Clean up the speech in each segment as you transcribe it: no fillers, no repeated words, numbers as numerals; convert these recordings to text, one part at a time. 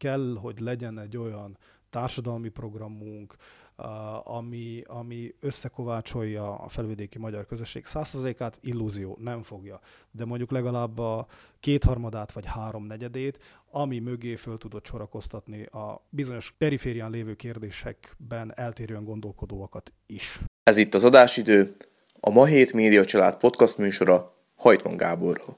kell, hogy legyen egy olyan társadalmi programunk, ami összekovácsolja a felvidéki magyar közösség 100%-át, illúzió, nem fogja. De mondjuk legalább a kétharmadát vagy háromnegyedét, ami mögé föl tudott sorakoztatni a bizonyos periférián lévő kérdésekben eltérően gondolkodóakat is. Ez itt az adásidő, a Ma Hét Média Család podcast műsora Hajtman Gáborral.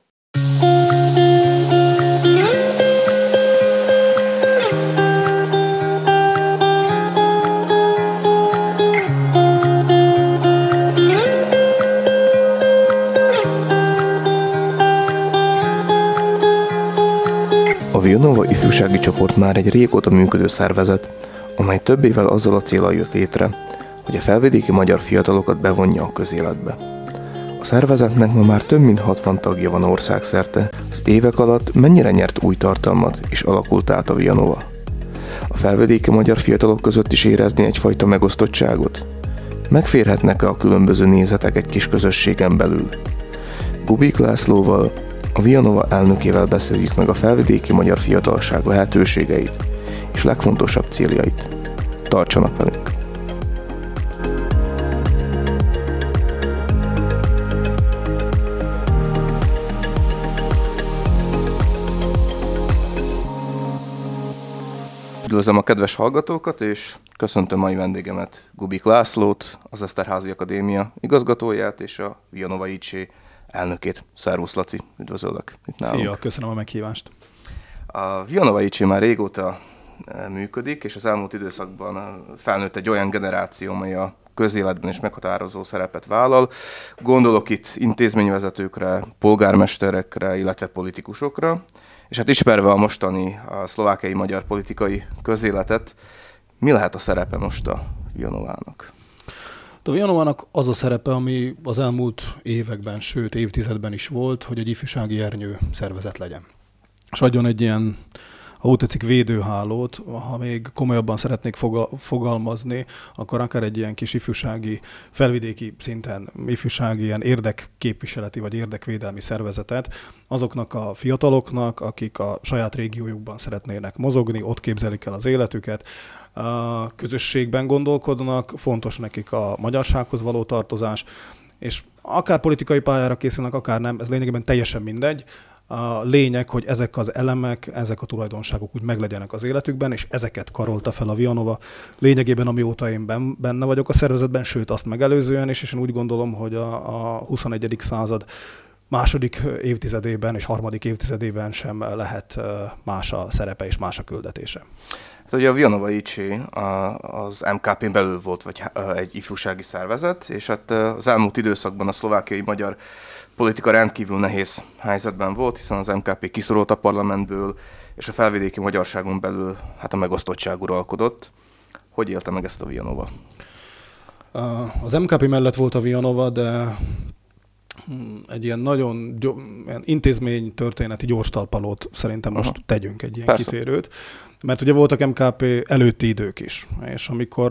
A Villanova ifjúsági csoport már egy régóta működő szervezet, amely több évvel azzal a céllal jött létre, hogy a felvidéki magyar fiatalokat bevonja a közéletbe. A szervezetnek ma már több mint 60 tagja van országszerte. Az évek alatt mennyire nyert új tartalmat és alakult át a Villanova? A felvidéki magyar fiatalok között is érezni egyfajta megosztottságot? Megférhetnek-e a különböző nézetek egy kis közösségen belül? Gubik Lászlóval, a Villanova elnökével beszéljük meg a felvidéki magyar fiatalság lehetőségeit és legfontosabb céljait. Tartsanak velünk! Üdvözlöm a kedves hallgatókat, és köszöntöm mai vendégemet, Gubik Lászlót, az Eszterházy Akadémia igazgatóját és a Villanova IC elnökét. Szervusz, Laci, üdvözöllek itt nálunk. Szia, köszönöm a meghívást. A Villanova IC már régóta működik, és az elmúlt időszakban felnőtt egy olyan generáció, amely a közéletben is meghatározó szerepet vállal. Gondolok itt intézményvezetőkre, polgármesterekre, illetve politikusokra. És hát ismerve a mostani a szlovákiai magyar politikai közéletet, mi lehet a szerepe most a Villanovának? A Villanovának az a szerepe, ami az elmúlt években, sőt évtizedben is volt, hogy egy ifjúsági ernyő szervezet legyen. És adjon egy ilyen, ha úgy tetszik, védőhálót, ha még komolyabban szeretnék fogalmazni, akkor akár egy ilyen kis ifjúsági, felvidéki szinten ifjúsági ilyen érdekképviseleti vagy érdekvédelmi szervezetet azoknak a fiataloknak, akik a saját régiójukban szeretnének mozogni, ott képzelik el az életüket, a közösségben gondolkodnak, fontos nekik a magyarsághoz való tartozás, és akár politikai pályára készülnek, akár nem, ez lényegében teljesen mindegy. A lényeg, hogy ezek az elemek, ezek a tulajdonságok úgy meglegyenek az életükben, és ezeket karolta fel a Villanova lényegében, amióta én benne vagyok a szervezetben, sőt azt megelőzően, és én úgy gondolom, hogy a 21. század második évtizedében és harmadik évtizedében sem lehet más a szerepe és más a küldetése. Hát ugye a Villanova IC az MKP-n belül volt vagy egy ifjúsági szervezet, és hát az elmúlt időszakban a szlovákiai magyar politika rendkívül nehéz helyzetben volt, hiszen az MKP kiszorult a parlamentből, és a felvidéki magyarságon belül hát a megosztottság uralkodott. Hogy élte meg ezt a Villanova? Az MKP mellett volt a Villanova, de egy ilyen nagyon intézménytörténeti gyórstalpalót szerintem most tegyünk egy ilyen kitérőt. Mert ugye voltak MKP előtti idők is, és amikor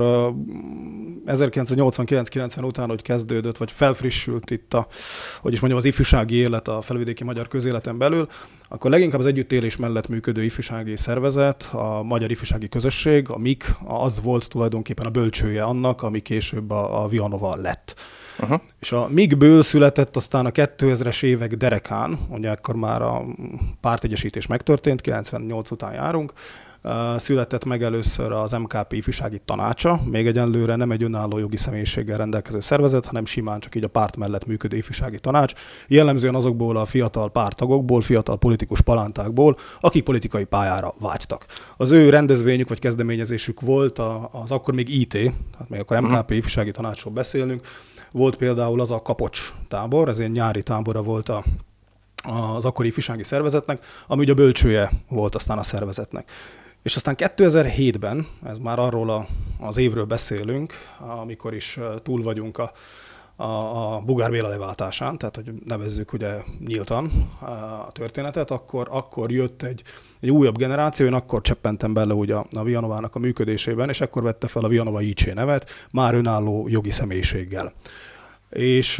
1989-90 után, hogy kezdődött, vagy felfrissült itt az ifjúsági élet a felvidéki magyar közéleten belül, akkor leginkább az együttélés mellett működő ifjúsági szervezet, a Magyar Ifjúsági Közösség, a MIK, az volt tulajdonképpen a bölcsője annak, ami később a Villanova lett. És a MIG-ből született aztán a 2000-es évek derekán, ugye akkor már a pártegyesítés megtörtént, 98 után járunk, született meg először az MKP ifjúsági tanácsa, még egyenlőre nem egy önálló jogi személyiséggel rendelkező szervezet, hanem simán csak így a párt mellett működő ifjúsági tanács, jellemzően azokból a fiatal párttagokból, fiatal politikus palántákból, akik politikai pályára vágytak. Az ő rendezvényük vagy kezdeményezésük volt az akkor még IT, hát még akkor MKP ifjúsági tanácsról beszélünk, volt például az a Kapocs tábor, ez egy nyári tábora volt az akkori ifjúsági szervezetnek, ami ugye a bölcsője volt aztán a szervezetnek. És aztán 2007-ben, ez már arról az évről beszélünk, amikor is túl vagyunk a Bugár Béla leváltásán, tehát hogy nevezzük ugye nyíltan a történetet, akkor jött egy újabb generáció, én akkor cseppentem bele ugye a Villanovának a működésében, és akkor vette fel a Villanova IC nevet, már önálló jogi személyiséggel. És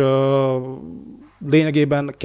lényegében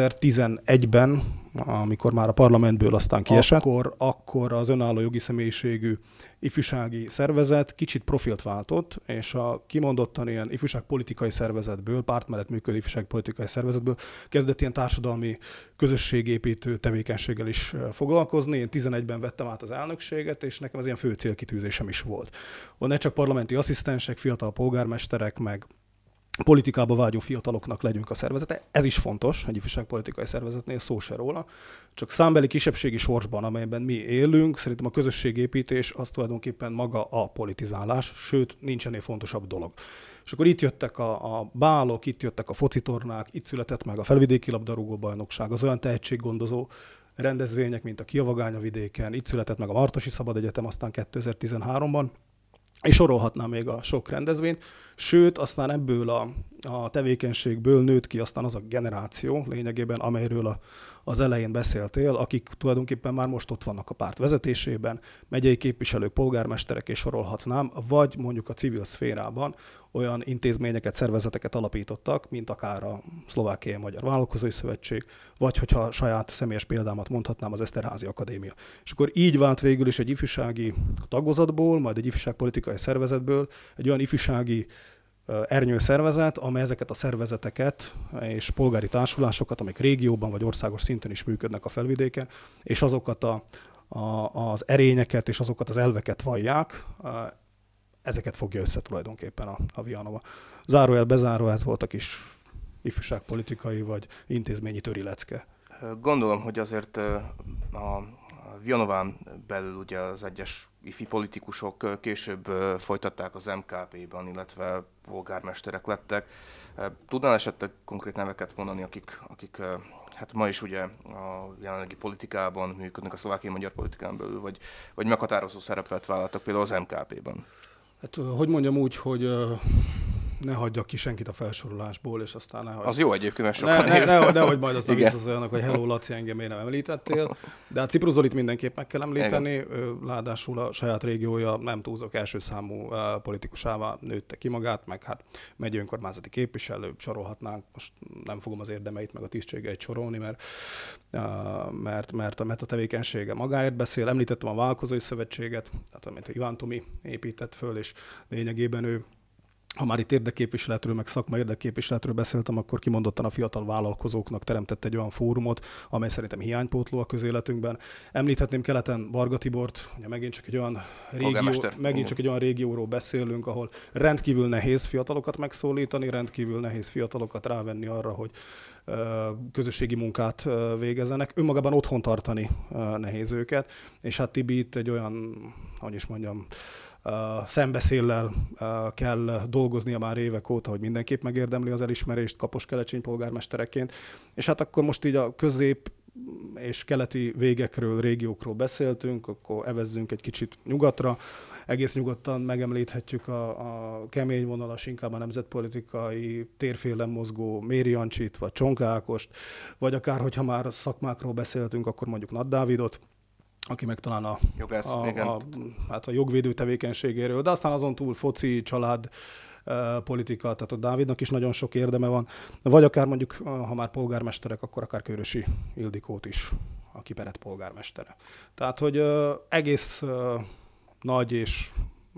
2011-ben, amikor már a parlamentből aztán kiesett, akkor az önálló jogi személyiségű ifjúsági szervezet kicsit profilt váltott, és a kimondottan ilyen ifjúságpolitikai szervezetből, párt mellett működő ifjúságpolitikai szervezetből kezdett ilyen társadalmi közösségépítő tevékenységgel is foglalkozni. Én 11-ben vettem át az elnökséget, és nekem ez ilyen fő célkitűzésem is volt. Hogy ne csak parlamenti asszisztensek, fiatal polgármesterek, meg politikába vágyó fiataloknak legyünk a szervezete. Ez is fontos, egy ifjúságpolitikai szervezetnél szó se róla. Csak számbeli kisebbségi sorsban, amelyben mi élünk, szerintem a közösségépítés az tulajdonképpen maga a politizálás, sőt, nincs ennél fontosabb dolog. És akkor itt jöttek a bálok, itt jöttek a focitornák, itt született meg a felvidéki labdarúgó bajnokság, az olyan tehetséggondozó rendezvények, mint a Kiavagánya vidéken, itt született meg a Martosi Szabad Egyetem aztán 2013-ban, és sorolhatnám még a sok rendezvényt, sőt, aztán ebből a tevékenységből nőtt ki aztán az a generáció lényegében, amelyről az elején beszéltél, akik tulajdonképpen már most ott vannak a párt vezetésében, megyei képviselők, polgármesterek és sorolhatnám, vagy mondjuk a civil szférában olyan intézményeket, szervezeteket alapítottak, mint akár a Szlovákiai Magyar Vállalkozói Szövetség, vagy hogyha saját személyes példámat mondhatnám, az Eszterházy Akadémia. És akkor így vált végül is egy ifjúsági tagozatból, majd egy ifjúságpolitikai szervezetből egy olyan ifjúsági ernyőszervezet, amely ezeket a szervezeteket és polgári társulásokat, amik régióban vagy országos szinten is működnek a felvidéken, és azokat az erényeket és azokat az elveket vallják, ezeket fogja össze tulajdonképpen a Vianova. Zárójel bezárva, ez volt a kis ifjúságpolitikai vagy intézményi törilecke. Gondolom, hogy azért a Vianován belül ugye az egyes ifi politikusok később folytatták az MKP-ban, illetve polgármesterek lettek. Tudnál esetleg konkrét neveket mondani, akik hát ma is ugye a jelenlegi politikában működnek, a szlovákiai magyar politikán belül, vagy meghatározó szerepet vállaltak például az MKP-ban? Hát, hogy mondjam úgy, hogy ne hagyjak ki senkit a felsorolásból, és aztán ne hagyj. Az jó egyébként, mert sokan nehogy majd aztán visszaszóljanak, hogy hello Laci, engem miért nem említettél. De a Ciprus Zolit mindenképp meg kell említeni, ráadásul a saját régiója nem túlzok első számú politikusává nőtte ki magát, meg hát megyei önkormányzati képviselő, sorolhatnánk, most nem fogom az érdemeit meg a tisztségeit sorolni, mert a tevékenysége magáért beszél. Említettem a Vállalkozói Szövetséget, tehát amit Iván Tomi épített föl, és lényegében ő, ha már itt érdekképviseletről, meg szakmai érdekképviseletről beszéltem, akkor kimondottan a fiatal vállalkozóknak teremtett egy olyan fórumot, amely szerintem hiánypótló a közéletünkben. Említhetném keleten Varga Tibort, ugye megint csak egy olyan régióról beszélünk, ahol rendkívül nehéz fiatalokat megszólítani, rendkívül nehéz fiatalokat rávenni arra, hogy közösségi munkát végezzenek, önmagában otthon tartani nehéz őket, és hát Tibi itt egy olyan, hogy is mondjam, szembeszéllel kell dolgoznia már évek óta, hogy mindenképp megérdemli az elismerést Kaposkelecsiny polgármestereként. És hát akkor most így a közép és keleti végekről, régiókról beszéltünk, akkor evezzünk egy kicsit nyugatra. Egész nyugodtan megemlíthetjük a kemény vonalas, inkább a nemzetpolitikai térfélen mozgó Méri Jancsit, vagy Csonka Ákost, vagy akár, hogyha már szakmákról beszéltünk, akkor mondjuk Nagy Dávidot, aki meg talán a jogvédő tevékenységéről, de aztán azon túl foci, család, politika, tehát a Dávidnak is nagyon sok érdeme van. Vagy akár mondjuk, ha már polgármesterek, akkor akár Körösi Ildikót is, aki Perett polgármestere. Tehát, hogy egész nagy és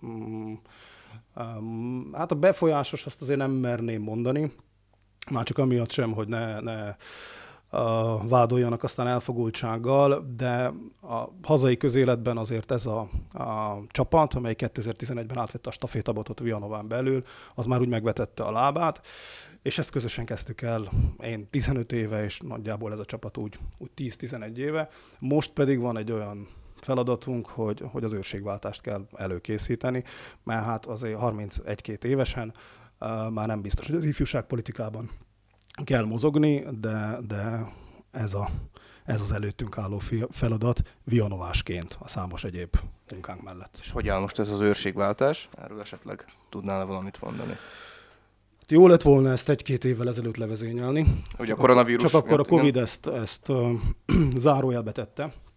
hát a befolyásos, azt azért nem merném mondani, már csak amiatt sem, hogy ne vádoljanak aztán elfogultsággal, de a hazai közéletben azért ez a csapat, amely 2011-ben átvette a stafétabotot Vianován belül, az már úgy megvetette a lábát, és ezt közösen kezdtük el, én 15 éve, és nagyjából ez a csapat úgy 10-11 éve. Most pedig van egy olyan feladatunk, hogy az őrségváltást kell előkészíteni, mert hát azért 31-2 évesen már nem biztos, hogy az ifjúságpolitikában kell mozogni, de ez az előttünk álló feladat vianovásként a számos egyéb munkánk mellett. És hogy áll most ez az őrségváltás? Erről esetleg tudnál valamit mondani? Jó lett volna ezt 1-2 évvel ezelőtt levezényelni. Ugye a koronavírus... Csak akkor a Covid ezt zárójelbe tette.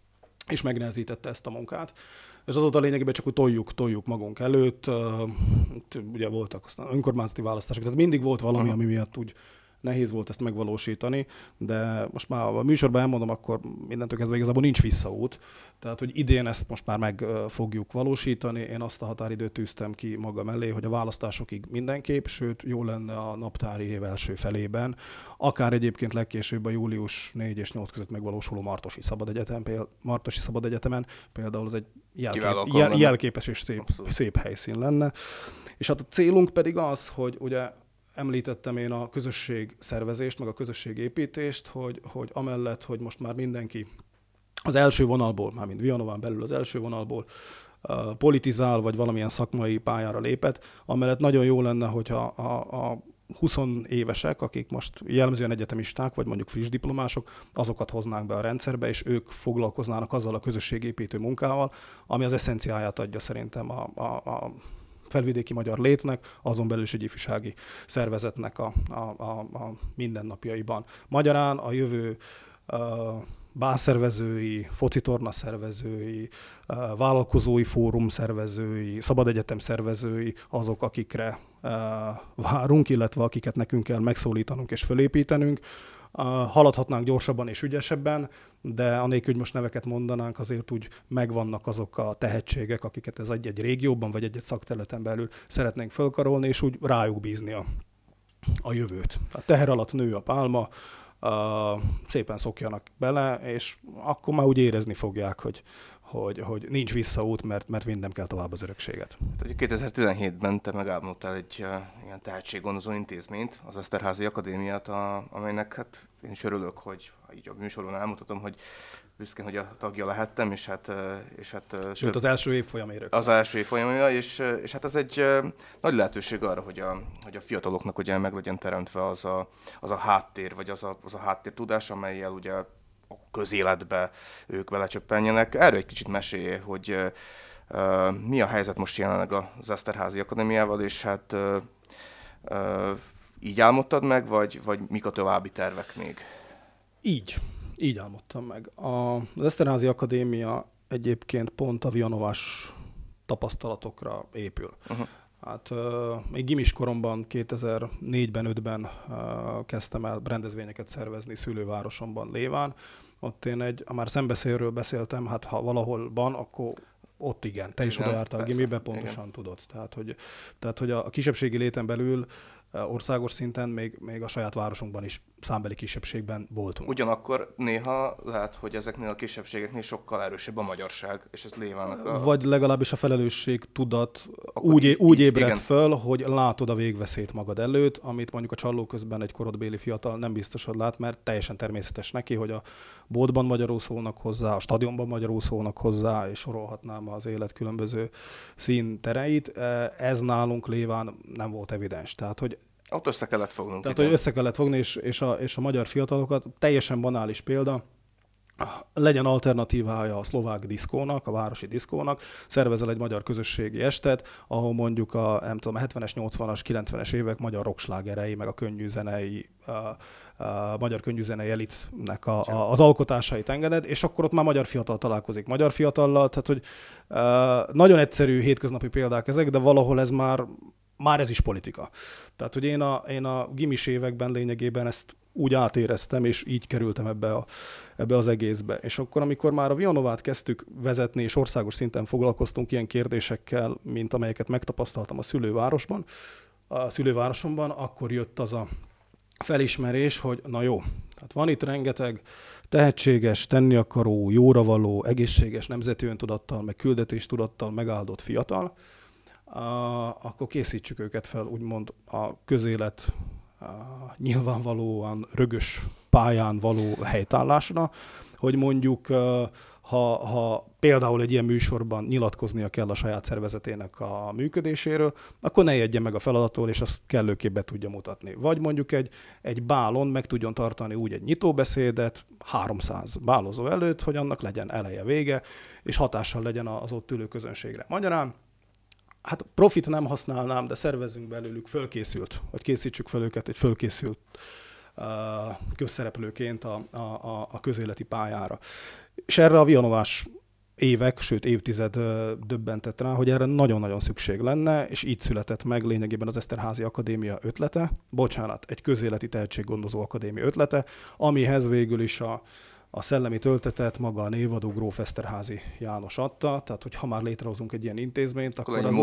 és megnehezítette ezt a munkát. És azóta lényegében csak úgy toljuk magunk előtt. Ugye voltak aztán önkormányzati választások, tehát mindig volt valami, ami miatt úgy nehéz volt ezt megvalósítani, de most már a műsorban elmondom, akkor mindentől kezdve igazából nincs visszaút. Tehát, hogy idén ezt most már meg fogjuk valósítani. Én azt a határidőt tűztem ki magam elé, hogy a választásokig mindenképp, sőt, jó lenne a naptári év első felében, akár egyébként legkésőbb a július 4 és 8 között megvalósuló Martosi Szabad Egyetemen például az egy jelképes és szép helyszín lenne. És hát a célunk pedig az, hogy ugye említettem én a közösség szervezést, meg a közösségépítést, hogy amellett, hogy most már mindenki az első vonalból, mármint Villanován belül az első vonalból politizál, vagy valamilyen szakmai pályára lépett, amellett nagyon jó lenne, hogyha a 20 évesek, akik most jellemzően egyetemisták, vagy mondjuk friss diplomások, azokat hoznánk be a rendszerbe, és ők foglalkoznának azzal a közösségépítő munkával, ami az eszenciáját adja szerintem a felvidéki magyar létnek, azon belül is egy ifjúsági szervezetnek a mindennapjaiban. Magyarán a jövő bánszervezői, focitorna szervezői, vállalkozói fórum szervezői, szabad egyetem szervezői azok, akikre várunk, illetve akiket nekünk kell megszólítanunk és fölépítenünk. Haladhatnánk gyorsabban és ügyesebben, de anélkül, hogy most neveket mondanánk, azért úgy megvannak azok a tehetségek, akiket ez egy régióban vagy egy szakterületen belül szeretnénk fölkarolni, és úgy rájuk bízni a jövőt. A teher alatt nő a pálma, szépen szokjanak bele, és akkor már úgy érezni fogják, hogy nincs visszaút, mert vinnem kell tovább az örökséget. Ugye 2017-ben te megálmodtál egy ilyen tehetséggondozó intézményt, az Eszterházy Akadémiát, amelynek hát én is örülök, hogy így a műsoron elmutatom, hogy büszkén, hogy a tagja lehettem, és hát sőt, az első évfolyamérők. Az első évfolyamja, és hát ez egy nagy lehetőség arra, hogy a fiataloknak ugye meg legyen teremtve az a háttér, vagy az a háttér tudás, amellyel ugye a közéletbe ők belecsöppenjenek. Erről egy kicsit mesélj, hogy mi a helyzet most jelenleg az Eszterházy Akadémiával, és hát így álmodtad meg, vagy mik a további tervek még? Így álmodtam meg. Az Eszterházy Akadémia egyébként pont a villanovás tapasztalatokra épül. Hát még gimis koromban, 2004-ben, 5-ben kezdtem el rendezvényeket szervezni szülővárosomban, Léván. Ott én már szembeszélről beszéltem, hát ha valahol van, akkor ott igen. Te is oda jártál a gimibe, pontosan igen. Tudod. Tehát, hogy a kisebbségi léten belül országos szinten még a saját városunkban is számbeli kisebbségben voltunk. Ugyanakkor néha lehet, hogy ezeknél a kisebbségeknél sokkal erősebb a magyarság, és ez Lévának vagy legalábbis a felelősség tudat úgy ébred föl, hogy látod a végveszélyt magad előtt, amit mondjuk a csalló közben egy korodbéli fiatal nem biztos, hogy lát, mert teljesen természetes neki, hogy a boltban magyarul szólnak hozzá, a stadionban magyarul szólnak hozzá, és sorolhatnám az élet különböző színtereit. Ez nálunk Léván nem volt evidens. Tehát, hogy ott össze kellett fognunk. Tehát, hogy össze kellett fogni, és a magyar fiatalokat, teljesen banális példa, legyen alternatívája a szlovák diszkónak, a városi diszkónak, szervezel egy magyar közösségi estet, ahol mondjuk a 70-es, 80-as, 90-es évek magyar rockslágerei, meg a könnyűzenei, magyar könnyűzenei elitnek az alkotásait engeded, és akkor ott már magyar fiatal találkozik magyar fiatallal, tehát hogy nagyon egyszerű hétköznapi példák ezek, de valahol ez már ez is politika. Tehát, hogy én a gimis években lényegében ezt úgy átéreztem, és így kerültem ebbe az egészbe. És akkor, amikor már a Villanovát kezdtük vezetni, és országos szinten foglalkoztunk ilyen kérdésekkel, mint amelyeket megtapasztaltam a szülővárosomban, akkor jött az a felismerés, hogy na jó, tehát van itt rengeteg tehetséges, tenni akaró, jóra való, egészséges nemzeti öntudattal, meg küldetéstudattal megáldott fiatal, akkor készítsük őket fel, úgymond a közélet nyilvánvalóan rögös pályán való helytállásra, hogy mondjuk, ha például egy ilyen műsorban nyilatkoznia kell a saját szervezetének a működéséről, akkor ne ijedjen meg a feladattól, és azt kellőképp be tudja mutatni. Vagy mondjuk egy bálon meg tudjon tartani úgy egy nyitóbeszédet 300 bálozó előtt, hogy annak legyen eleje, vége, és hatással legyen az ott ülő közönségre. Magyarán, hát profit nem használnám, de szervezzünk belőlük fölkészült, vagy készítsük fel őket egy fölkészült közszereplőként a közéleti pályára. És erre a Villanovás évek, sőt évtized döbbentett rá, hogy erre nagyon-nagyon szükség lenne, és így született meg lényegében az Eszterházy Akadémia ötlete, egy közéleti tehetséggondozó akadémia ötlete, amihez végül is a szellemi töltetet maga a névadó gróf Eszterházy János adta, tehát hogy ha már létrehozunk egy ilyen intézményt,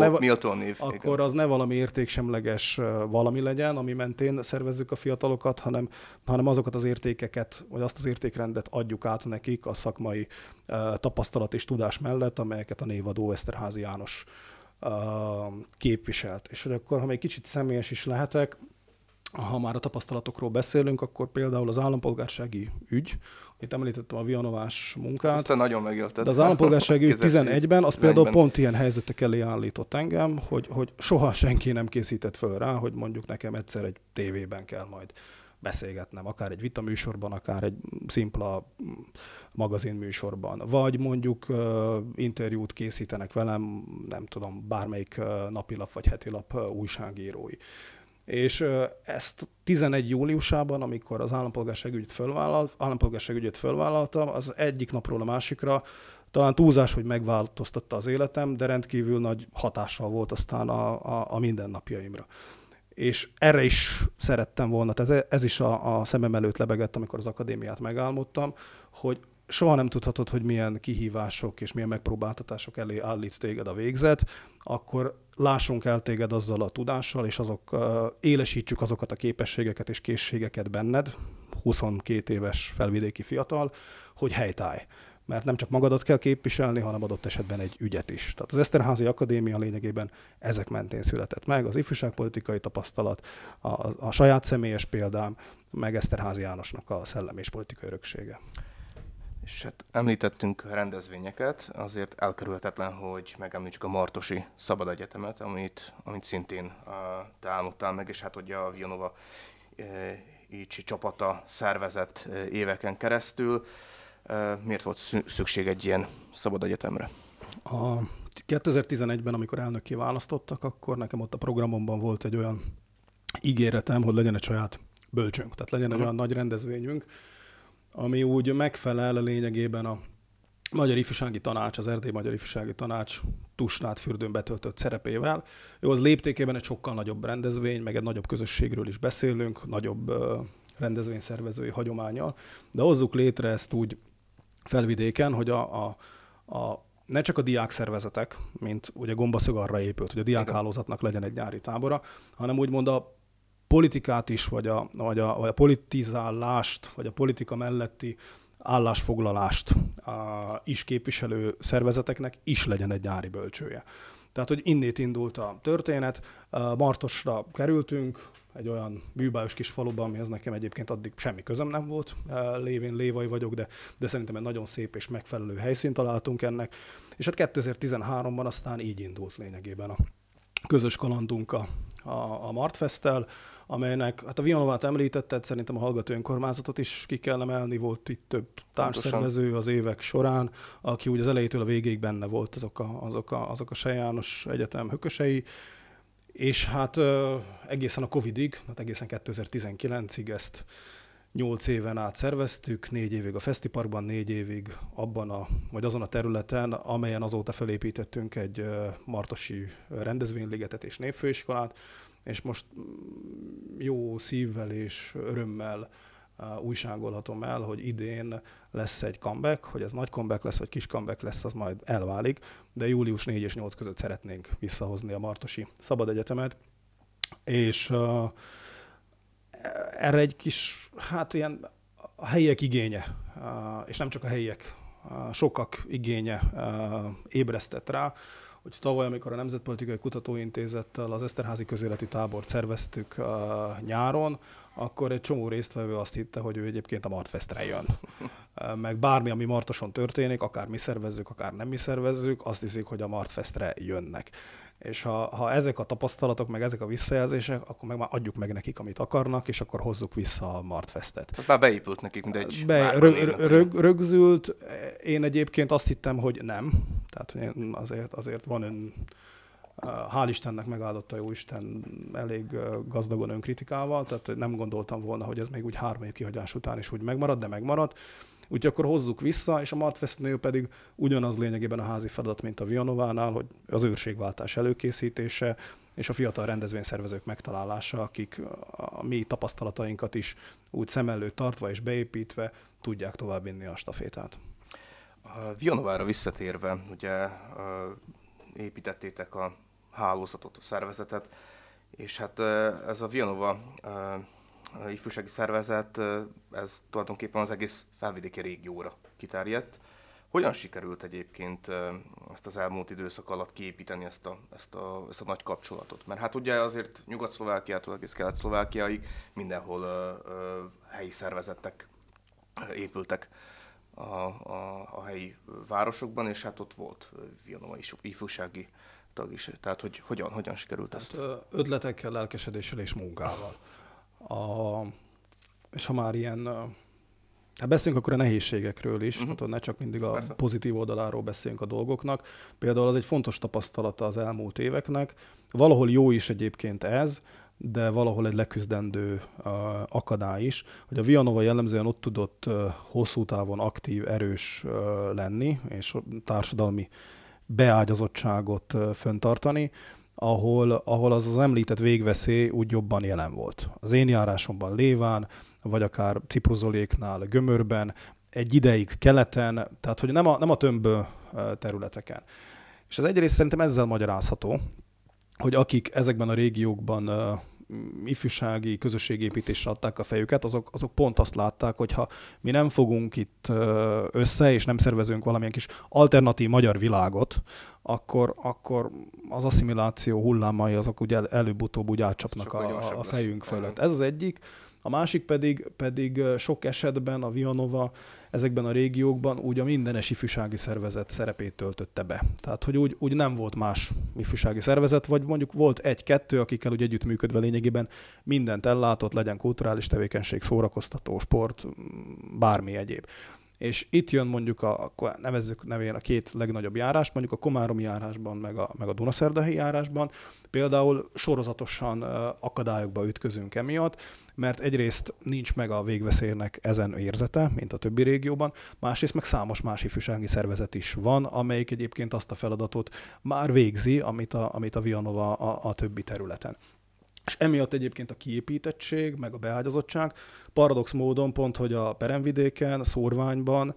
akkor az ne valami értéksemleges valami legyen, ami mentén szervezzük a fiatalokat, hanem azokat az értékeket, vagy azt az értékrendet adjuk át nekik a szakmai tapasztalat és tudás mellett, amelyeket a névadó Eszterházy János képviselt. És hogy akkor, ha még kicsit személyes is lehetek, ha már a tapasztalatokról beszélünk, akkor például az állampolgársági ügy, itt említettem a Villanovás munkát. Ezt nagyon megérted. De az állampolgársági ügy 11-ben, az például pont ilyen helyzetek elé állított engem, hogy soha senki nem készített föl rá, hogy mondjuk nekem egyszer egy tévében kell majd beszélgetnem, akár egy vitaműsorban, akár egy szimpla magazinműsorban, vagy mondjuk interjút készítenek velem, nem tudom, bármelyik napilap vagy hetilap újságírói. És ezt 11 júliusában, amikor az állampolgárságügyet fölvállaltam, az egyik napról a másikra talán túlzás, hogy megváltoztatta az életem, de rendkívül nagy hatással volt aztán a mindennapjaimra. És erre is szerettem volna, tehát ez is a szemem előtt lebegett, amikor az akadémiát megálmodtam, hogy soha nem tudhatod, hogy milyen kihívások és milyen megpróbáltatások elé állít téged a végzet, akkor lássunk el téged azzal a tudással, és élesítsük azokat a képességeket és készségeket benned, 22 éves felvidéki fiatal, hogy helytállj. Mert nem csak magadat kell képviselni, hanem adott esetben egy ügyet is. Tehát az Eszterházy Akadémia lényegében ezek mentén született meg, az ifjúságpolitikai tapasztalat, a saját személyes példám, meg Eszterházy Jánosnak a szellem és politikai öröksége. És hát említettünk rendezvényeket, azért elkerülhetetlen, hogy megemlítsük a Martosi Szabad Egyetemet, amit szintén te álmodtál meg, és hát ugye a Villanova Icsi csapata szervezett éveken keresztül. Miért volt szükség egy ilyen szabad egyetemre? 2011-ben, amikor elnökké választottak, akkor nekem ott a programomban volt egy olyan ígéretem, hogy legyen egy saját bölcsőnk, tehát legyen egy olyan nagy rendezvényünk, ami úgy megfelel lényegében a Magyar Ifjúsági Tanács, az Erdélyi Magyar Ifjúsági Tanács Tusnádfürdőn betöltött szerepével. Jó, az léptékében egy sokkal nagyobb rendezvény, meg egy nagyobb közösségről is beszélünk, nagyobb rendezvényszervezői hagyománnyal, de hozzuk létre ezt úgy Felvidéken, hogy ne csak a diákszervezetek, mint ugye Gombaszög arra épült, hogy a diákhálózatnak legyen egy nyári tábora, hanem úgymond a politikát is, vagy a politizálást, vagy a politika melletti állásfoglalást is képviselő szervezeteknek is legyen egy nyári bölcsője. Tehát, hogy innét indult a történet, Martosra kerültünk, egy olyan bűbájos kis faluban, amihez nekem egyébként addig semmi közöm nem volt, lévén lévai vagyok, de szerintem egy nagyon szép és megfelelő helyszínt találtunk ennek. És hát 2013-ban aztán így indult lényegében a közös kalandunk a Martfesttel, amelynek, hát a Villanovát említetted, szerintem a hallgató önkormányzatot is ki kell emelni, volt itt több társszervező az évek során, aki úgy az elejétől a végéig benne volt, azok a Se János Egyetem hökösei, és hát egészen a Covidig, hát egészen 2019-ig ezt 8 éven át szerveztük, 4 évig a Fesztiparkban, 4 évig vagy azon a területen, amelyen azóta felépítettünk egy martosi rendezvényligetet és népfőiskolát, és most jó szívvel és örömmel újságolhatom el, hogy idén lesz egy comeback, hogy ez nagy comeback lesz, vagy kis comeback lesz, az majd elválik, de július 4 és 8 között szeretnénk visszahozni a Martosi Szabad Egyetemet, és erre egy kis, hát ilyen a helyiek igénye, és nem csak a helyiek, sokak igénye ébresztett rá, hogy tavaly, amikor a Nemzetpolitikai Kutatóintézettel az Eszterházy közéleti tábort szerveztük nyáron, akkor egy csomó résztvevő azt hitte, hogy ő egyébként a Martfestre jön. Meg bármi, ami Martoson történik, akár mi szervezzük, akár nem mi szervezzük, azt hiszik, hogy a Martfestre jönnek. És ha ezek a tapasztalatok, meg ezek a visszajelzések, akkor meg már adjuk meg nekik, amit akarnak, és akkor hozzuk vissza a Martfestet. Az már beépült nekik, mint egy rögzült. Én egyébként azt hittem, hogy nem. Tehát azért van hál' Istennek megáldotta Jóisten elég gazdagon önkritikával, tehát nem gondoltam volna, hogy ez még úgy 3 év kihagyás után is úgy megmarad, de megmaradt. úgyhogy akkor hozzuk vissza, és a Martfestnél pedig ugyanaz lényegében a házi feladat, mint a Villanovánál, hogy az őrségváltás előkészítése, és a fiatal rendezvényszervezők megtalálása, akik a mi tapasztalatainkat is úgy szem előtt tartva és beépítve tudják továbbvinni a stafétát. A Villanovára visszatérve, ugye építettétek a hálózatot, a szervezetet, és hát ez a Villanova ifjúsági szervezet, ez tulajdonképpen az egész felvidéki régióra kiterjedt. Hogyan sikerült egyébként ezt az elmúlt időszak alatt kiépíteni ezt a nagy kapcsolatot? Mert hát ugye azért Nyugat-Szlovákiától egész Kelet-Szlovákiáig mindenhol helyi szervezetek épültek a helyi városokban, és hát ott volt Villanova ifjúsági tag is. Tehát hogy hogyan sikerült ezt? Ötletekkel, lelkesedéssel és munkával. És ha már ilyen... Hát beszéljünk akkor a nehézségekről is, hát ne csak mindig a pozitív oldaláról beszéljünk a dolgoknak. Például az egy fontos tapasztalata az elmúlt éveknek. Valahol jó is egyébként ez, de valahol egy leküzdendő akadály is, hogy a Villanova jellemzően ott tudott hosszú távon aktív, erős lenni, és társadalmi beágyazottságot fenntartani, ahol az említett végveszély úgy jobban jelen volt. Az én járásomban Léván, vagy akár Cipruzoléknál, Gömörben, egy ideig keleten, tehát hogy nem a tömb területeken. És az egyrészt szerintem ezzel magyarázható, hogy akik ezekben a régiókban ifjúsági közösségépítésre adták a fejüket, azok pont azt látták, hogy ha mi nem fogunk itt össze, és nem szervezünk valamilyen kis alternatív magyar világot, akkor az asszimiláció hullámai azok ugye előbb-utóbb úgy átcsapnak a fejünk fölött. Ez az egyik. A másik pedig sok esetben a Villanova ezekben a régiókban úgy a mindenes ifjúsági szervezet szerepét töltötte be. Tehát, hogy úgy nem volt más ifjúsági szervezet, vagy mondjuk volt egy-kettő, akikkel úgy együttműködve lényegében mindent ellátott, legyen kulturális tevékenység, szórakoztató, sport, bármi egyéb. És itt jön mondjuk, akkor nevezzük nevén a két legnagyobb járást, mondjuk a komáromi járásban, meg a Dunaszerdahelyi járásban. Például sorozatosan akadályokba ütközünk emiatt, mert egyrészt nincs meg a végveszélynek ezen érzete, mint a többi régióban, másrészt meg számos más ifjúsági szervezet is van, amelyik egyébként azt a feladatot már végzi, amit a Villanova a többi területen. És emiatt egyébként a kiépítettség, meg a beágyazottság paradox módon pont, hogy a peremvidéken, a Szórványban,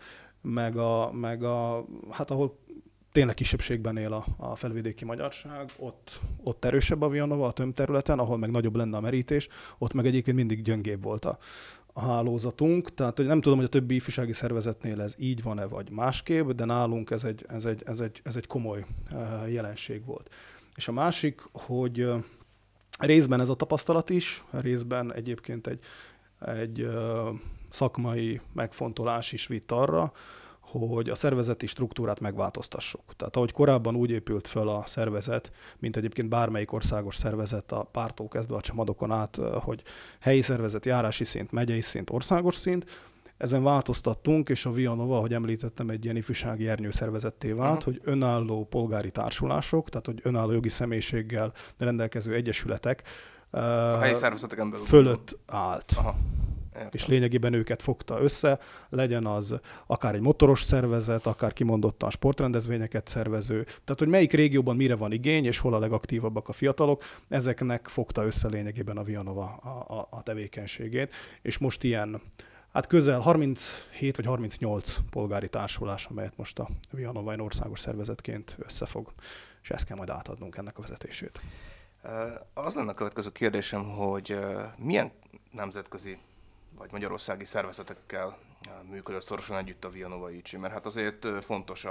hát ahol tényleg kisebbségben él a felvidéki magyarság, ott erősebb a Villanova, a tömbterületen, ahol meg nagyobb lenne a merítés, ott meg egyébként mindig gyöngébb volt a hálózatunk. Tehát hogy nem tudom, hogy a többi ifjúsági szervezetnél ez így van-e, vagy másképp, de nálunk ez egy komoly jelenség volt. És a másik, hogy részben ez a tapasztalat is, részben egyébként egy szakmai megfontolás is vitt arra, hogy a szervezeti struktúrát megváltoztassuk. Tehát ahogy korábban úgy épült fel a szervezet, mint egyébként bármelyik országos szervezet a pártól kezdve a csamadokon át, hogy helyi szervezet, járási szint, megyei szint, országos szint, ezen változtattunk, és a Villanova, ahogy említettem, egy ilyen ifjúsági ernyőszervezetté vált, hogy önálló polgári társulások, tehát hogy önálló jogi személyiséggel rendelkező egyesületek a helyi szervezeteken belül fölött állt. Aha. És lényegében őket fogta össze, legyen az akár egy motoros szervezet, akár kimondottan sportrendezvényeket szervező, tehát hogy melyik régióban mire van igény, és hol a legaktívabbak a fiatalok, ezeknek fogta össze lényegében a Villanova a tevékenységét, és most ilyen, hát közel 37 vagy 38 polgári társulás, amelyet most a Villanova országos szervezetként összefog, és ezt kell majd átadnunk ennek a vezetését. Az lenne a következő kérdésem, hogy milyen nemzetközi vagy magyarországi szervezetekkel működött szorosan együtt a Villanova IC, mert hát azért fontos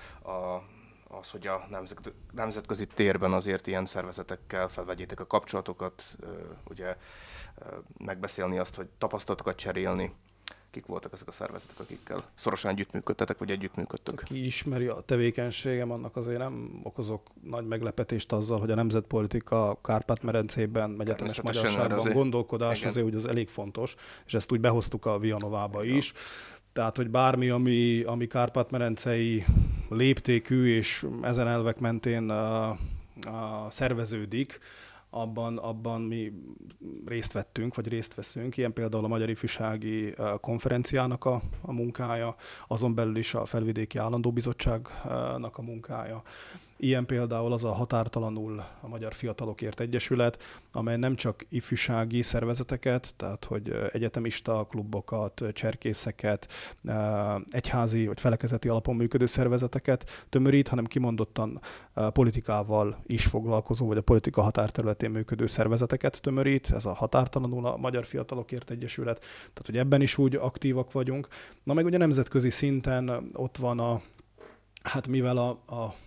az, hogy a nemzetközi térben azért ilyen szervezetekkel felvegyétek a kapcsolatokat, ugye megbeszélni azt, hogy tapasztalatokat cserélni. Kik voltak ezek a szervezetek, akikkel szorosan együttműködtetek, vagy együttműködtök? Ki ismeri a tevékenységem, annak azért nem okozok nagy meglepetést azzal, hogy a nemzetpolitika Kárpát-medencében, egyetemes magyarságban gondolkodás igen. Azért úgy az elég fontos, és ezt úgy behoztuk a Villanovába is. Tehát, hogy bármi, ami Kárpát-medencei léptékű, és ezen elvek mentén szerveződik, abban mi részt vettünk, vagy részt veszünk. Ilyen például a Magyar Ifjúsági Konferenciának a munkája, azon belül is a Felvidéki Állandó Bizottságnak a munkája. Ilyen például az a Határtalanul a Magyar Fiatalokért Egyesület, amely nem csak ifjúsági szervezeteket, tehát hogy egyetemista klubokat, cserkészeket, egyházi vagy felekezeti alapon működő szervezeteket tömörít, hanem kimondottan politikával is foglalkozó, vagy a politika határterületén működő szervezeteket tömörít. Ez a Határtalanul a Magyar Fiatalokért Egyesület, tehát hogy ebben is úgy aktívak vagyunk. Na meg ugye nemzetközi szinten ott van hát mivel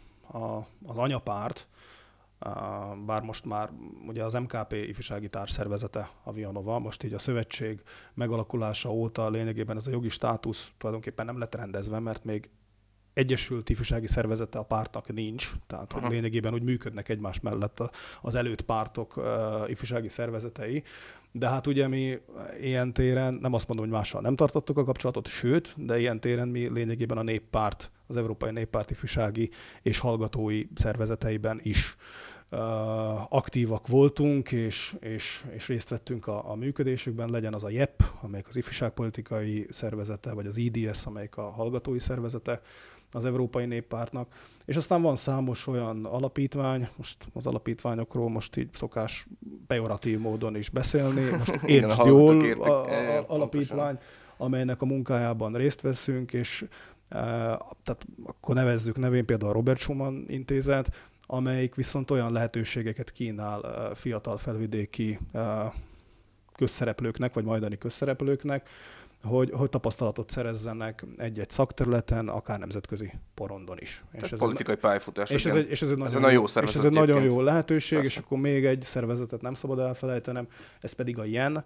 az anyapárt, bár most már ugye az MKP ifjúsági társszervezete a Vianova, most így a szövetség megalakulása óta lényegében ez a jogi státusz tulajdonképpen nem lett rendezve, mert még egyesült ifjúsági szervezete a pártnak nincs, tehát hogy lényegében úgy működnek egymás mellett az előtt pártok ifjúsági szervezetei, de hát ugye mi ilyen téren, nem azt mondom, hogy mással nem tartottuk a kapcsolatot, sőt, de ilyen téren mi lényegében a Néppárt, az Európai Néppárt ifjúsági és hallgatói szervezeteiben is aktívak voltunk, és részt vettünk a működésükben, legyen az a JEP, amelyik az ifjúságpolitikai szervezete, vagy az IDS, amelyik a hallgatói szervezete az Európai Néppártnak. És aztán van számos olyan alapítvány, most az alapítványokról most így szokás pejoratív módon is beszélni, most Értsd Jól alapítvány, amelynek a munkájában részt veszünk, és tehát akkor nevezzük nevén például a Robert Schumann Intézet, amelyik viszont olyan lehetőségeket kínál fiatal felvidéki közszereplőknek, vagy majdani közszereplőknek, hogy tapasztalatot szerezzenek egy-egy szakterületen, akár nemzetközi porondon is. És ez politikai pályafutás. És ez egy nagyon jó lehetőség, persze. És akkor még egy szervezetet nem szabad elfelejtenem, ez pedig a JEN,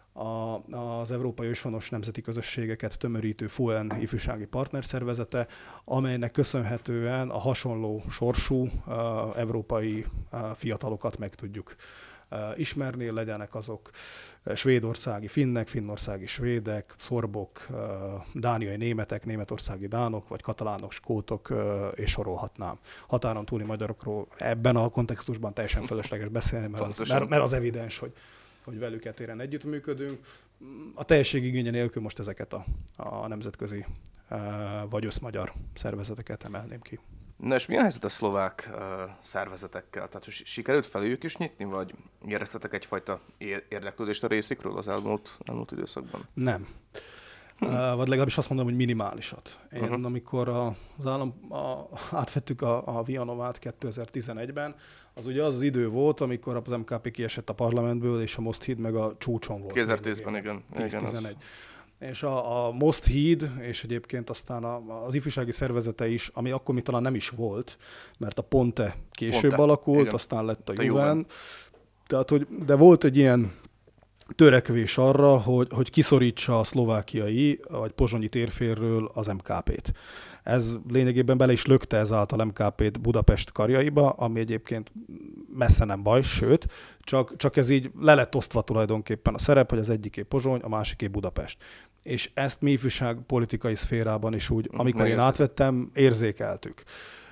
az Európai Őshonos Nemzeti Közösségeket tömörítő FUEN ifjúsági partnerszervezete, amelynek köszönhetően a hasonló sorsú európai fiatalokat meg tudjuk ismerni, legyenek azok svédországi finnek, finnországi svédek, szorbok, dániai németek, németországi dánok, vagy katalánok, skótok, és sorolhatnám. Határon túli magyarokról ebben a kontextusban teljesen fölösleges beszélni, mert az evidens, hogy velük etéren együttműködünk. A teljesség igénye nélkül most ezeket a nemzetközi vagy összmagyar szervezeteket emelném ki. Na és mi a helyzet a szlovák szervezetekkel? Tehát sikerült felőjük is nyitni, vagy éreztetek egyfajta érdeklődést a részükről az elmúlt időszakban? Nem. Vagy legalábbis azt mondom, hogy minimálisat. Én amikor átvettük a Vianovát 2011-ben, az ugye az idő volt, amikor az MKP kiesett a parlamentből, és a Most Híd meg a csúcson volt. 2010-ben, igen. 10-11. És a Most Híd, és egyébként aztán az ifjúsági szervezete is, ami akkor még talán nem is volt, mert a Ponte később alakult, igen. Aztán lett a Juven. Tehát, de volt egy ilyen törekvés arra, hogy kiszorítsa a szlovákiai vagy pozsonyi térférről az MKP-t. Ez lényegében bele is lökte ezáltal MKP-t Budapest karjaiba, ami egyébként messze nem baj, sőt, csak ez így le lett osztva tulajdonképpen a szerep, hogy az egyiké Pozsony, a másiké Budapest. És ezt mi ifjúság politikai szférában is úgy, amikor én átvettem, érzékeltük.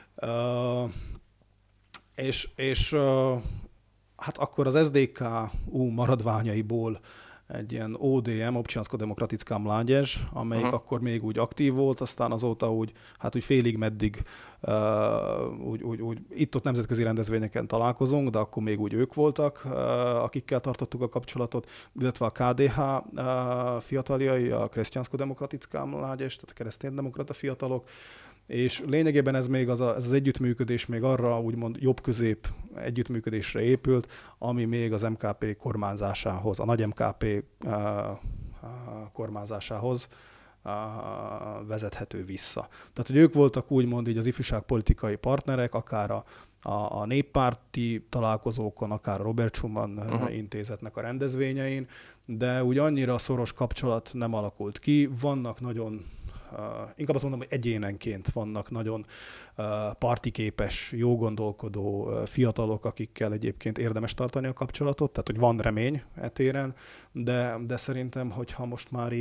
Hát akkor az SDKU maradványaiból egy ilyen ODM, Občiansko-demokratická mládež, amelyik akkor még úgy aktív volt, aztán azóta úgy félig meddig úgy itt-ott nemzetközi rendezvényeken találkozunk, de akkor még úgy ők voltak, akikkel tartottuk a kapcsolatot, illetve a KDH fiataljai, a Kresťansko-demokratická mládež, tehát a kereszténydemokrata fiatalok, és lényegében ez még ez az együttműködés még arra úgymond jobb-közép együttműködésre épült, ami még az MKP kormányzásához, a nagy MKP kormányzásához vezethető vissza. Tehát, hogy ők voltak úgymond így az ifjúságpolitikai partnerek, akár a néppárti találkozókon, akár a Robert Schumann intézetnek a rendezvényein, de úgy annyira szoros kapcsolat nem alakult ki. Vannak nagyon inkább azt mondom, hogy egyénenként vannak nagyon partiképes, jó gondolkodó fiatalok, akikkel egyébként érdemes tartani a kapcsolatot, tehát hogy van remény e téren, de szerintem, hogyha most már így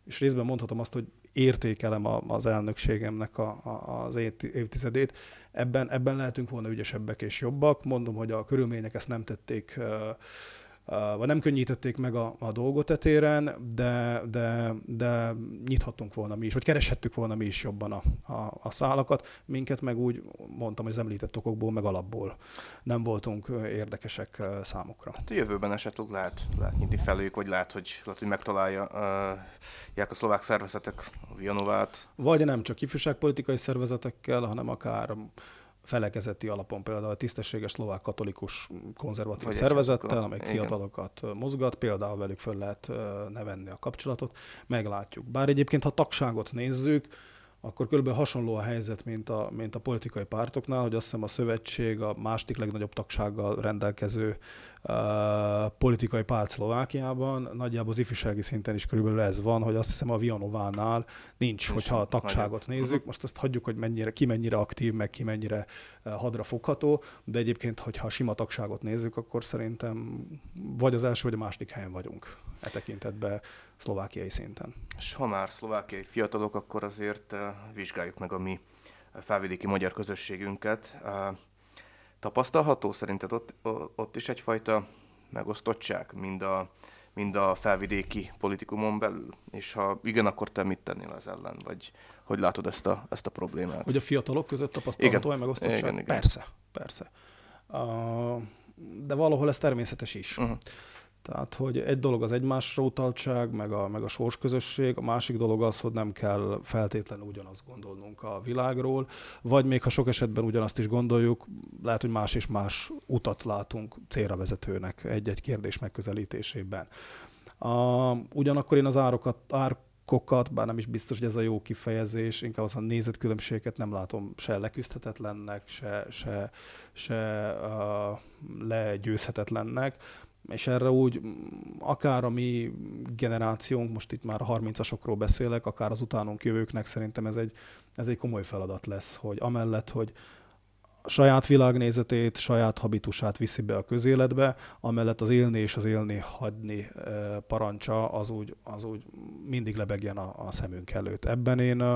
és részben mondhatom azt, hogy értékelem az elnökségemnek az évtizedét. Ebben lehetünk volna ügyesebbek és jobbak. Mondom, hogy a körülmények ezt nem tették, vagy nem könnyítették meg a dolgot etéren, de nyithattunk volna mi is, vagy kereshettük volna mi is jobban a szálakat. Minket meg úgy mondtam, hogy az említett okokból, meg alapból nem voltunk érdekesek számukra. Hát a jövőben esetleg lehet nyitni felőjük, vagy lehet, hogy megtalálják a szlovák szervezetek a Villanovát. Vagy nem csak ifjúságpolitikai szervezetekkel, hanem akár felekezeti alapon, például a tisztességes szlovák katolikus konzervatív vagy szervezettel, amelyik fiatalokat mozgat, például velük föl lehet nevenni a kapcsolatot, meglátjuk. Bár egyébként, ha tagságot nézzük, akkor körülbelül hasonló a helyzet, mint a politikai pártoknál, hogy azt hiszem a szövetség a második legnagyobb tagsággal rendelkező politikai párt Szlovákiában. Nagyjából az ifjúsági szinten is körülbelül ez van, hogy azt hiszem a Villanovánál nincs, hogyha a tagságot nézzük. Most azt hagyjuk, hogy ki mennyire aktív, meg ki mennyire hadrafogható, de egyébként, hogyha a sima tagságot nézzük, akkor szerintem vagy az első, vagy a második helyen vagyunk e tekintetben szlovákiai szinten. És ha már szlovákiai fiatalok, akkor azért vizsgáljuk meg a mi felvidéki magyar közösségünket. Tapasztalható szerinted ott is egyfajta megosztottság, mind a felvidéki politikumon belül? És ha igen, akkor te mit tennél az ellen? Vagy hogy látod ezt a problémát? Hogy a fiatalok között tapasztalható-e megosztottság? Igen. Persze. De valahol ez természetes is. Uh-huh. Tehát, hogy egy dolog az egymásra utaltság, meg a sorsközösség, a másik dolog az, hogy nem kell feltétlenül ugyanazt gondolnunk a világról, vagy még ha sok esetben ugyanazt is gondoljuk, lehet, hogy más és más utat látunk célra vezetőnek egy-egy kérdés megközelítésében. Ugyanakkor én az árkokat, bár nem is biztos, hogy ez a jó kifejezés, inkább az a nézetkülönbségeket nem látom se leküzdhetetlennek, se legyőzhetetlennek. És erre úgy akár a mi generációnk, most itt már a 30-asokról beszélek, akár az utánunk jövőknek szerintem ez egy komoly feladat lesz, hogy amellett, hogy a saját világnézetét, saját habitusát viszi be a közéletbe, amellett az élni és az élni hagyni parancsa az úgy mindig lebegjen a szemünk előtt. Ebben én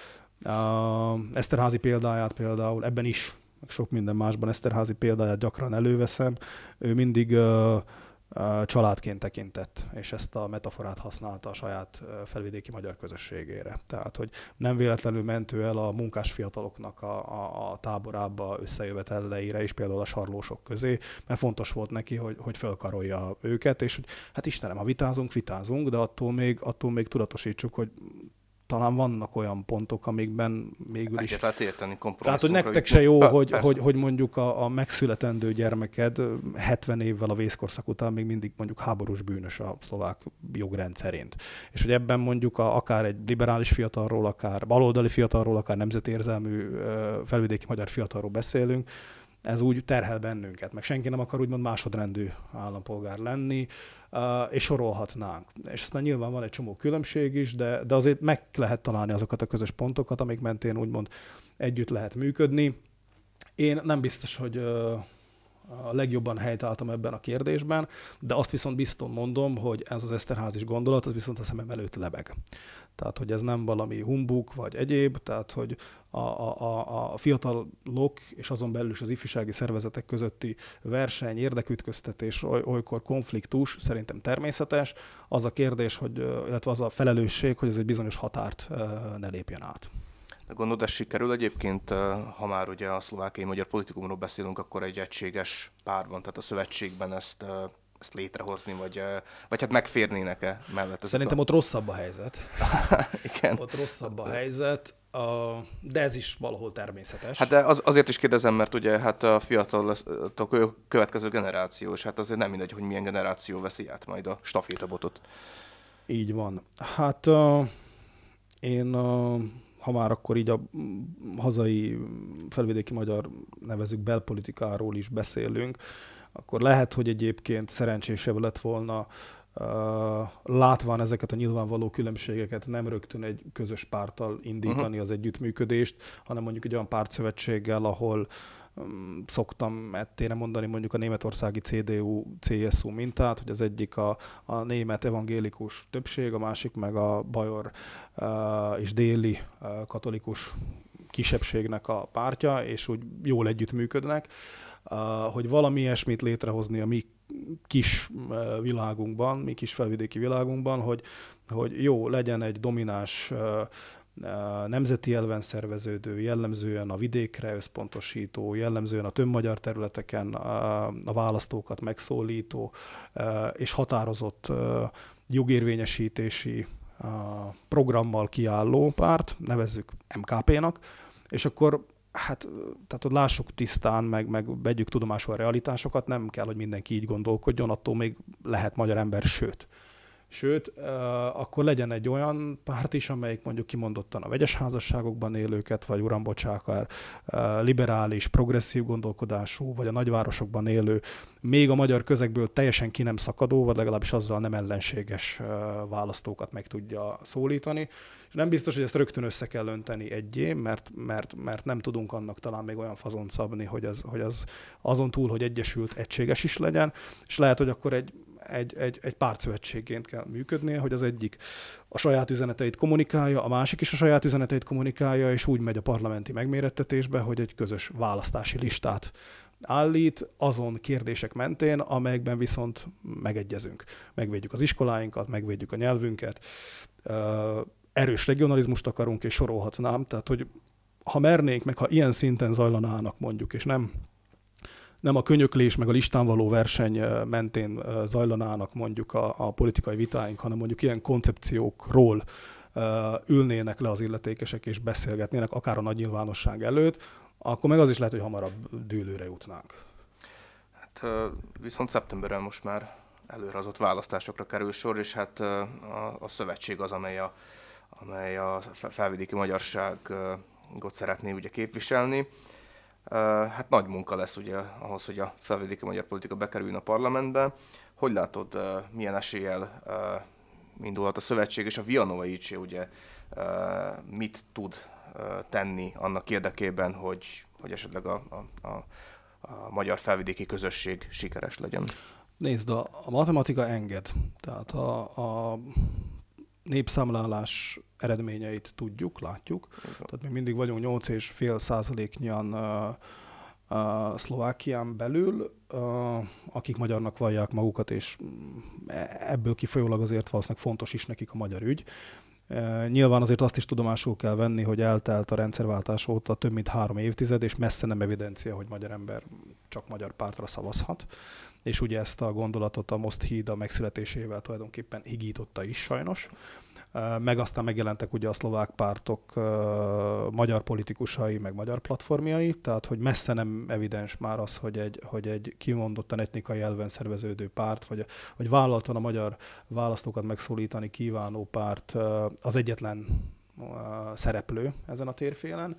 Eszterházy példáját például, ebben is, meg sok minden másban Eszterházy példáját gyakran előveszem, ő mindig családként tekintett, és ezt a metaforát használta a saját felvidéki magyar közösségére. Tehát, hogy nem véletlenül ment ő el a munkás fiataloknak a táborába összejövetelleire is, például a sarlósok közé, mert fontos volt neki, hogy fölkarolja őket, és hogy hát Istenem, ha vitázunk, de attól még tudatosítsuk, hogy talán vannak olyan pontok, amikben mégis... Egyet lehet érteni, kompromisszumra. Tehát, hogy nektek se jó, hogy mondjuk a megszületendő gyermeked 70 évvel a vészkorszak után még mindig mondjuk háborús bűnös a szlovák jogrend szerint. És hogy ebben mondjuk akár egy liberális fiatalról, akár baloldali fiatalról, akár nemzetérzelmű felvidéki magyar fiatalról beszélünk, ez úgy terhel bennünket, meg senki nem akar úgymond másodrendű állampolgár lenni, és sorolhatnánk. És aztán nyilván van egy csomó különbség is, de azért meg lehet találni azokat a közös pontokat, amik mentén úgymond együtt lehet működni. Én nem biztos, hogy a legjobban helytálltam ebben a kérdésben, de azt viszont biztos mondom, hogy ez az Eszterházis gondolat, az viszont a szemem előtt lebeg. Tehát, hogy ez nem valami humbuk vagy egyéb, tehát, hogy a fiatalok és azon belül is az ifjúsági szervezetek közötti verseny, érdekütköztetés, olykor konfliktus szerintem természetes. Az a kérdés, illetve az a felelősség, hogy ez egy bizonyos határt ne lépjen át. De gondolod, ez sikerül egyébként, ha már ugye a szlovákiai magyar politikumról beszélünk, akkor egy egységes párban, tehát a szövetségben ezt létrehozni, vagy hát megférnének-e mellett? Szerintem ott rosszabb a helyzet. Igen. Ott rosszabb a helyzet, de ez is valahol természetes. Hát de azért is kérdezem, mert ugye hát a fiatalok következő generáció, és hát azért nem mindegy, hogy milyen generáció veszi át majd a stafétabotot. Így van. Hát én... ha már akkor így a hazai felvidéki magyar nevezük belpolitikáról is beszélünk, akkor lehet, hogy egyébként szerencsésebb lett volna, látván ezeket a nyilvánvaló különbségeket, nem rögtön egy közös párttal indítani az együttműködést, hanem mondjuk egy olyan pártszövetséggel, ahol szoktam ettére mondani mondjuk a németországi CDU-CSU mintát, hogy az egyik a német evangélikus többség, a másik meg a bajor és déli katolikus kisebbségnek a pártja, és úgy jól együttműködnek, hogy valami ilyesmit létrehozni a mi kis világunkban, mi kis felvidéki világunkban, hogy jó, legyen egy domináns nemzeti elven szerveződő, jellemzően a vidékre összpontosító, jellemzően a többmagyar területeken a választókat megszólító és határozott jogérvényesítési programmal kiálló párt, nevezzük MKP-nak, és akkor tehát hogy lássuk tisztán, meg vegyük tudomásul a realitásokat, nem kell, hogy mindenki így gondolkodjon, attól még lehet magyar ember, Sőt, akkor legyen egy olyan párt is, amelyik mondjuk kimondottan a vegyes házasságokban élőket, vagy uram, bocsánat, liberális, progresszív gondolkodású, vagy a nagyvárosokban élő, még a magyar közegből teljesen ki nem szakadó, vagy legalábbis azzal nem ellenséges választókat meg tudja szólítani. És nem biztos, hogy ezt rögtön össze kell önteni egyé, mert nem tudunk annak talán még olyan fazont szabni, hogy az azon túl, hogy egyesült, egységes is legyen, és lehet, hogy akkor egy pártszövetségként kell működnie, hogy az egyik a saját üzeneteit kommunikálja, a másik is a saját üzeneteit kommunikálja, és úgy megy a parlamenti megmérettetésbe, hogy egy közös választási listát állít azon kérdések mentén, amelyekben viszont megegyezünk. Megvédjük az iskoláinkat, megvédjük a nyelvünket, erős regionalizmust akarunk, és sorolhatnám. Tehát, hogy ha mernénk, meg ha ilyen szinten zajlanának mondjuk, és nem a könyöklés, meg a listán való verseny mentén zajlanának mondjuk a politikai vitáink, hanem mondjuk ilyen koncepciókról ülnének le az illetékesek és beszélgetnének, akár a nagy nyilvánosság előtt, akkor meg az is lehet, hogy hamarabb dűlőre jutnánk. Hát viszont szeptemberben most már előrehozott választásokra kerül sor, és hát a szövetség az, amely a felvidéki magyarságot szeretné ugye képviselni. Hát nagy munka lesz ugye ahhoz, hogy a felvidéki magyar politika bekerüljön a parlamentbe. Hogy látod, milyen eséllyel indulhat a szövetség, és a Vianova IC ugye mit tud tenni annak érdekében, hogy esetleg a magyar felvidéki közösség sikeres legyen? Nézd, a matematika enged. Tehát a népszámlálás eredményeit tudjuk, látjuk. Tehát még mindig vagyunk 8,5%-nyian Szlovákián belül, akik magyarnak vallják magukat, és ebből kifolyólag azért valószínűleg fontos is nekik a magyar ügy. Nyilván azért azt is tudomásul kell venni, hogy eltelt a rendszerváltás óta több mint 3 évtized, és messze nem evidencia, hogy magyar ember csak magyar pártra szavazhat. És ugye ezt a gondolatot a Most híd a megszületésével tulajdonképpen higította is sajnos. Meg aztán megjelentek ugye a szlovák pártok magyar politikusai, meg magyar platformjai, tehát hogy messze nem evidens már az, hogy egy kimondottan etnikai elven szerveződő párt, vagy vállaltan a magyar választókat megszólítani kívánó párt az egyetlen szereplő ezen a térfélen.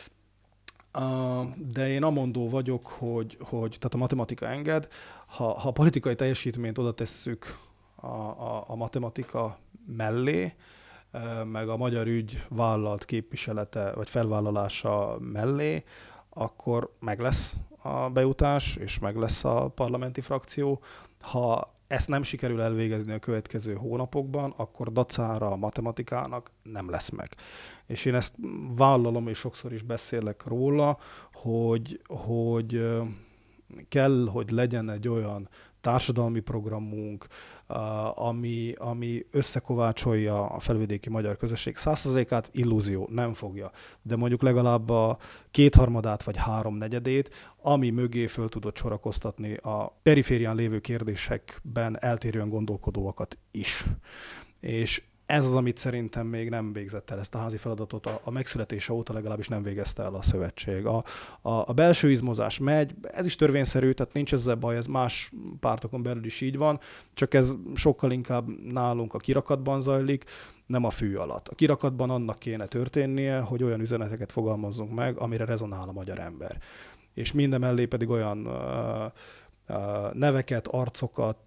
De én amondó vagyok, hogy tehát a matematika enged, ha a politikai teljesítményt oda tesszük a matematika mellé, meg a magyar ügy vállalt képviselete vagy felvállalása mellé, akkor meg lesz a bejutás, és meg lesz a parlamenti frakció. Ha ezt nem sikerül elvégezni a következő hónapokban, akkor dacára a matematikának nem lesz meg. És én ezt vállalom, és sokszor is beszélek róla, hogy kell, hogy legyen egy olyan társadalmi programunk, ami összekovácsolja a felvidéki magyar közösség 100%-át, illúzió, nem fogja. De mondjuk legalább a 2/3 vagy 3/4, ami mögé föl tudott sorakoztatni a periférián lévő kérdésekben eltérően gondolkodóakat is. És ez az, amit szerintem még nem végzett el, ezt a házi feladatot a megszületése óta legalábbis nem végezte el a szövetség. A belső izmozás megy, ez is törvényszerű, tehát nincs ezzel baj, ez más pártokon belül is így van, csak ez sokkal inkább nálunk a kirakatban zajlik, nem a fű alatt. A kirakatban annak kéne történnie, hogy olyan üzeneteket fogalmazzunk meg, amire rezonál a magyar ember. És mindemellé pedig olyan neveket, arcokat,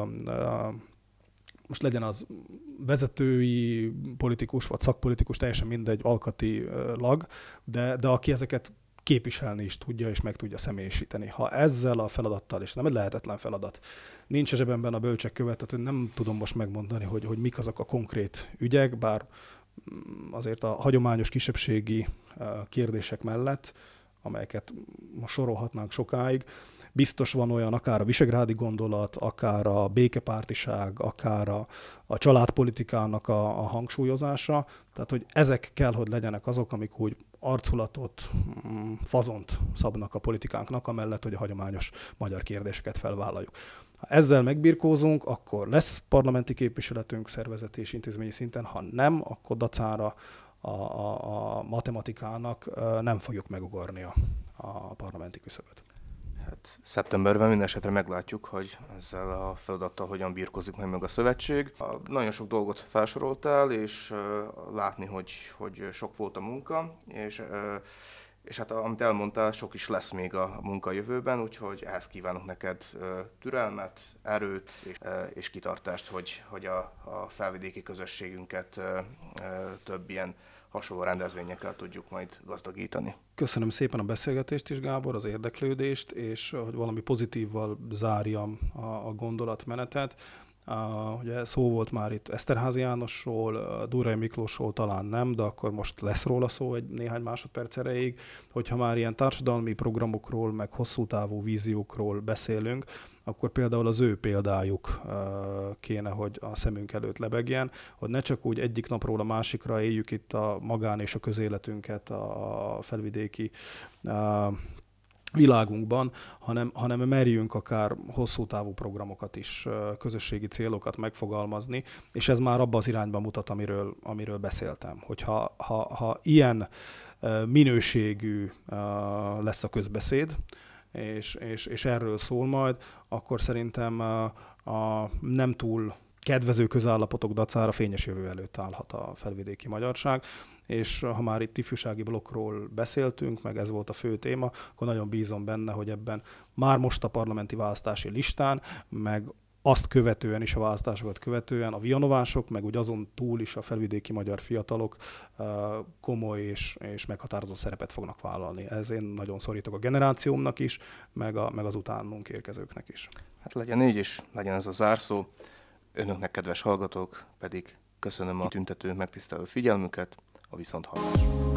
most legyen az vezetői politikus, vagy szakpolitikus, teljesen mindegy, alkati lag, de aki ezeket képviselni is tudja, és meg tudja személyisíteni. Ha ezzel a feladattal, és nem egy lehetetlen feladat, nincs a zsebemben a bölcsek követ, tehát nem tudom most megmondani, hogy mik azok a konkrét ügyek, bár azért a hagyományos kisebbségi kérdések mellett, amelyeket most sorolhatnánk sokáig, biztos van olyan, akár a visegrádi gondolat, akár a békepártiság, akár a családpolitikának a hangsúlyozása. Tehát, hogy ezek kell, hogy legyenek azok, amik úgy arculatot, fazont szabnak a politikánknak, amellett, hogy a hagyományos magyar kérdéseket felvállaljuk. Ha ezzel megbirkózunk, akkor lesz parlamenti képviseletünk szervezeti és intézményi szinten, ha nem, akkor dacára a matematikának nem fogjuk megugorni a parlamenti küszöböt. Hát szeptemberben minden esetre meglátjuk, hogy ezzel a feladattal hogyan birkózik meg a szövetség. Nagyon sok dolgot felsoroltál, és látni, hogy sok volt a munka, és hát amit elmondtál, sok is lesz még a munka jövőben, úgyhogy ehhez kívánok neked türelmet, erőt és kitartást, hogy a felvidéki közösségünket több ilyen hasonló rendezvényekkel tudjuk majd gazdagítani. Köszönöm szépen a beszélgetést is, Gábor, az érdeklődést, és hogy valami pozitívval zárjam a gondolatmenetet. Ugye szó volt már itt Eszterházy Jánosról, Durrai Miklósról talán nem, de akkor most lesz róla szó egy néhány másodperc erejéig, hogyha már ilyen társadalmi programokról, meg hosszú távú víziókról beszélünk, akkor például az ő példájuk kéne, hogy a szemünk előtt lebegjen, hogy ne csak úgy egyik napról a másikra éljük itt a magán és a közéletünket a felvidéki világunkban, hanem merjünk akár hosszú távú programokat is, közösségi célokat megfogalmazni, és ez már abba az irányba mutat, amiről beszéltem. Hogyha ilyen minőségű lesz a közbeszéd, és erről szól majd, akkor szerintem a nem túl kedvező közállapotok dacára fényes jövő előtt állhat a felvidéki magyarság, és ha már itt ifjúsági blokkról beszéltünk, meg ez volt a fő téma, akkor nagyon bízom benne, hogy ebben már most a parlamenti választási listán, meg azt követően is, a választásokat követően a vianovások, meg úgy azon túl is a felvidéki magyar fiatalok komoly és meghatározó szerepet fognak vállalni. Ez én nagyon szorítok a generációmnak is, meg az utánunk érkezőknek is. Hát legyen így is, legyen ez a zárszó. Önöknek, kedves hallgatók, pedig köszönöm a tüntető, megtisztelő figyelmüket, a viszonthallásra.